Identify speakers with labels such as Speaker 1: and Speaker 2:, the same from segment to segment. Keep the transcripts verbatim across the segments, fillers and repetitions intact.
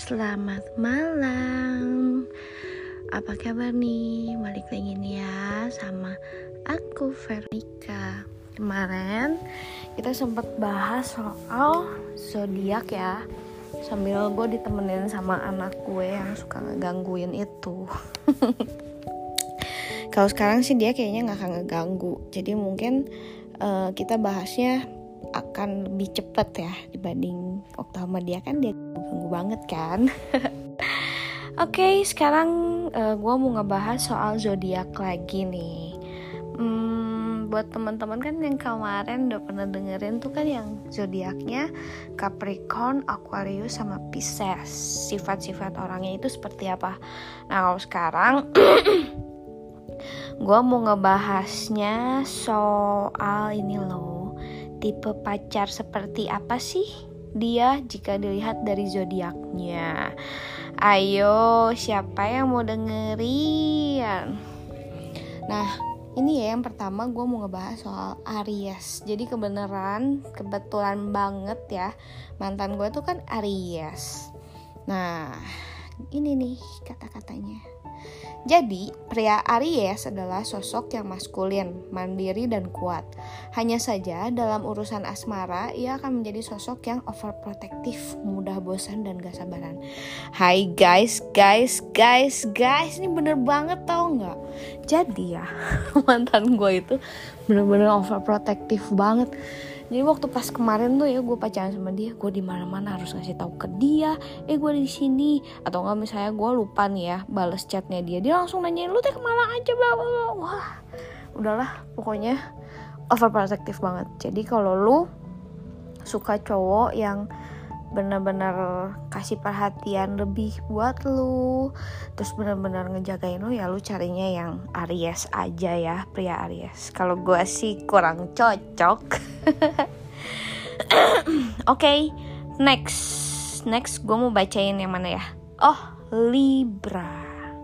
Speaker 1: Selamat malam. Apa kabar nih? Balik lagi nih ya sama aku Veronica. Kemarin kita sempat bahas soal zodiak ya, sambil gue ditemenin sama anak gue yang suka ngegangguin itu. Kalau sekarang sih dia kayaknya gak akan ngeganggu, jadi mungkin uh, kita bahasnya akan lebih cepet ya dibanding waktu sama dia, kan dia ganggu banget kan. Oke, okay, sekarang uh, gue mau ngebahas soal zodiak lagi nih. Hmm, buat teman-teman kan yang kemarin udah pernah dengerin tuh kan yang zodiaknya Capricorn, Aquarius sama Pisces. Sifat-sifat orangnya itu seperti apa? Nah, kalau sekarang gue mau ngebahasnya soal ini loh. Tipe pacar seperti apa sih dia jika dilihat dari zodiaknya? Ayo, siapa yang mau dengerin? Nah, ini ya yang pertama gue mau ngebahas soal Aries. Jadi kebenaran, kebetulan banget ya, mantan gue tuh kan Aries. Nah, ini nih kata-katanya. Jadi, pria Aries adalah sosok yang maskulin, mandiri dan kuat. Hanya saja dalam urusan asmara, ia akan menjadi sosok yang overprotective, mudah bosan dan gak sabaran. Hai guys, guys, guys, guys, ini bener banget tau gak? Jadi ya, mantan gue itu bener-bener overprotective banget. Jadi waktu pas kemarin tuh ya gue pacaran sama dia, gue di mana-mana harus ngasih tahu ke dia, eh gue di sini, atau nggak misalnya gue lupa nih ya balas chatnya dia, dia langsung nanyain lu teh kemana aja, bla bla bla. Wah, udahlah pokoknya overprotective banget. Jadi kalau lu suka cowok yang benar-benar kasih perhatian lebih buat lu, terus benar-benar ngejagain lu, ya lu carinya yang Aries aja ya, pria Aries. Kalau gue sih kurang cocok. Oke, okay, next, next gue mau bacain yang mana ya? Oh, Libra.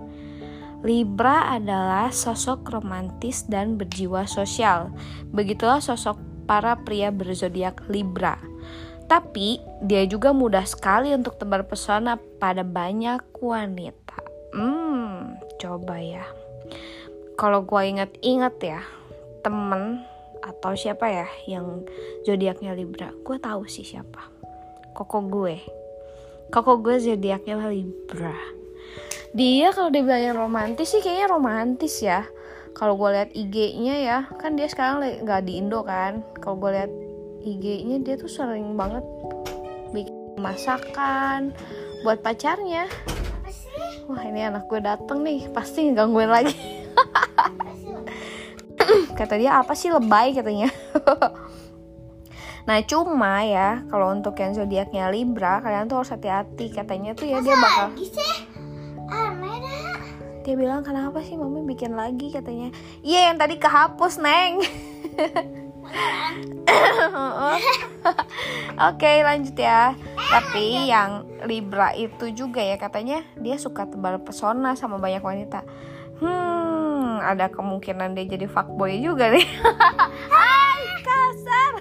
Speaker 1: Libra adalah sosok romantis dan berjiwa sosial. Begitulah sosok para pria berzodiak Libra. Tapi dia juga mudah sekali untuk tebar pesona pada banyak wanita. Hmm, coba ya. Kalau gue inget-inget ya, temen atau siapa ya yang zodiaknya Libra, gue tahu sih siapa. Koko gue. Koko gue zodiaknya Libra. Dia kalau dibilangin romantis sih kayaknya romantis ya. Kalau gue lihat I G-nya ya, kan dia sekarang nggak di Indo kan. Kalau gue lihat I G-nya dia tuh sering banget bikin masakan buat pacarnya. Wah, ini anak gue dateng nih, pasti ngegangguin lagi. Kata dia apa sih, lebay katanya. Nah cuma ya, kalau untuk yang zodiaknya Libra, kalian tuh harus hati-hati. Katanya tuh ya dia bakal, dia bilang kenapa sih mami bikin lagi katanya. Iya, yang tadi kehapus neng. Oke, lanjut ya. Tapi yang Libra itu juga ya, katanya dia suka tebar pesona sama banyak wanita. Hmm, ada kemungkinan dia jadi fuckboy juga nih. Hai, kasar.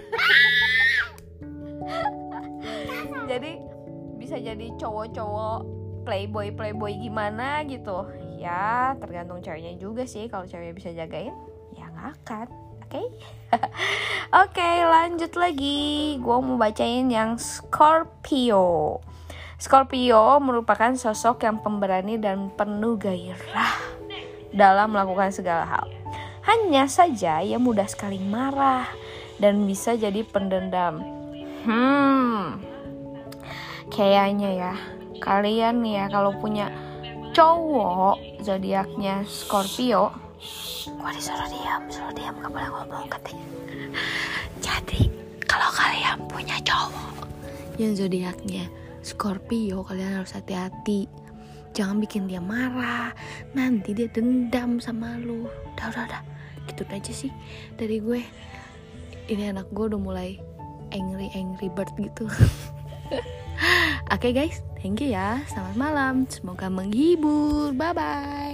Speaker 1: Jadi bisa jadi cowok-cowok playboy playboy gimana gitu. Ya, tergantung ceweknya juga sih. Kalau ceweknya bisa jagain, ya nggak akan. Oke, okay? Oke, okay, lanjut lagi. Gue mau bacain yang Scorpio. Scorpio merupakan sosok yang pemberani dan penuh gairah dalam melakukan segala hal. Hanya saja ia mudah sekali marah dan bisa jadi pendendam. Hmm, kayaknya ya kalian nih ya kalau punya cowok zodiaknya Scorpio, gue disuruh diam, suruh diam, gak boleh ngomong katanya. Jadi kalau kalian punya cowok yang zodiaknya Scorpio, kalian harus hati-hati. Jangan bikin dia marah, nanti dia dendam sama lu. Udah, udah, udah, gitu aja sih dari gue. Ini anak gue udah mulai angry, angry bird gitu. Oke okay guys, thank you ya. Selamat malam, semoga menghibur. Bye-bye.